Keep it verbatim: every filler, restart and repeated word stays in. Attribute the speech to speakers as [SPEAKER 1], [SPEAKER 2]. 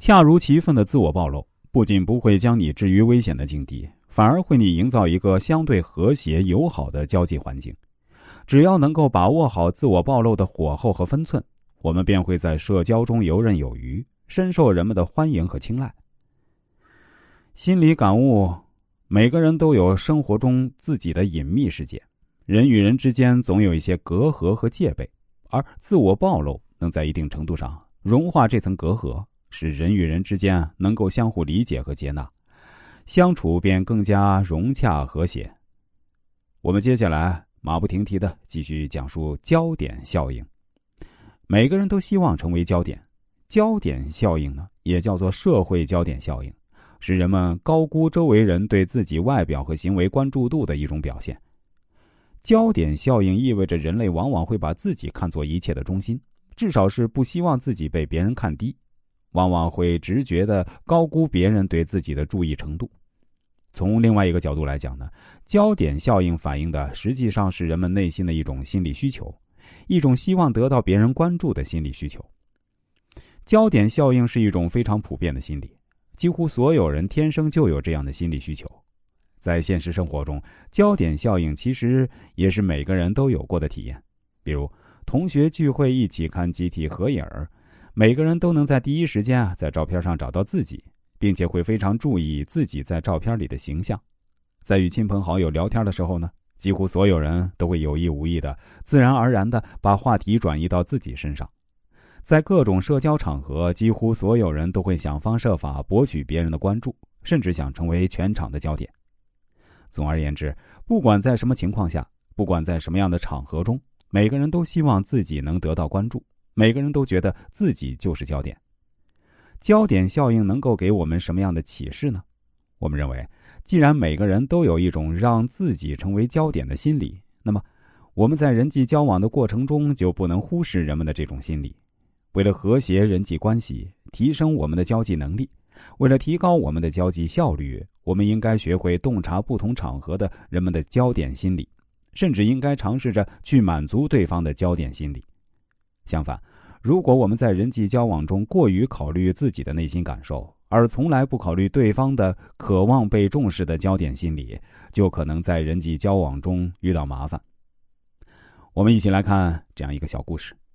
[SPEAKER 1] 恰如其分的自我暴露，不仅不会将你置于危险的境地，反而会你营造一个相对和谐友好的交际环境。只要能够把握好自我暴露的火候和分寸，我们便会在社交中游刃有余，深受人们的欢迎和青睐。心理感悟，每个人都有生活中自己的隐秘世界，人与人之间总有一些隔阂和戒备，而自我暴露能在一定程度上融化这层隔阂，使人与人之间能够相互理解和接纳，相处便更加融洽和谐。我们接下来马不停蹄地继续讲述焦点效应。每个人都希望成为焦点，焦点效应呢，也叫做社会焦点效应，是人们高估周围人对自己外表和行为关注度的一种表现。焦点效应意味着人类往往会把自己看作一切的中心，至少是不希望自己被别人看低，往往会直觉地高估别人对自己的注意程度。从另外一个角度来讲呢，焦点效应反映的实际上是人们内心的一种心理需求，一种希望得到别人关注的心理需求。焦点效应是一种非常普遍的心理，几乎所有人天生就有这样的心理需求。在现实生活中，焦点效应其实也是每个人都有过的体验。比如同学聚会一起看集体合影，每个人都能在第一时间啊在照片上找到自己，并且会非常注意自己在照片里的形象。在与亲朋好友聊天的时候呢，几乎所有人都会有意无意的自然而然的把话题转移到自己身上。在各种社交场合，几乎所有人都会想方设法博取别人的关注，甚至想成为全场的焦点。总而言之，不管在什么情况下，不管在什么样的场合中，每个人都希望自己能得到关注，每个人都觉得自己就是焦点。焦点效应能够给我们什么样的启示呢？我们认为，既然每个人都有一种让自己成为焦点的心理，那么我们在人际交往的过程中就不能忽视人们的这种心理。为了和谐人际关系，提升我们的交际能力，为了提高我们的交际效率，我们应该学会洞察不同场合的人们的焦点心理，甚至应该尝试着去满足对方的焦点心理。相反，如果我们在人际交往中过于考虑自己的内心感受，而从来不考虑对方的渴望被重视的焦点心理，就可能在人际交往中遇到麻烦。我们一起来看这样一个小故事。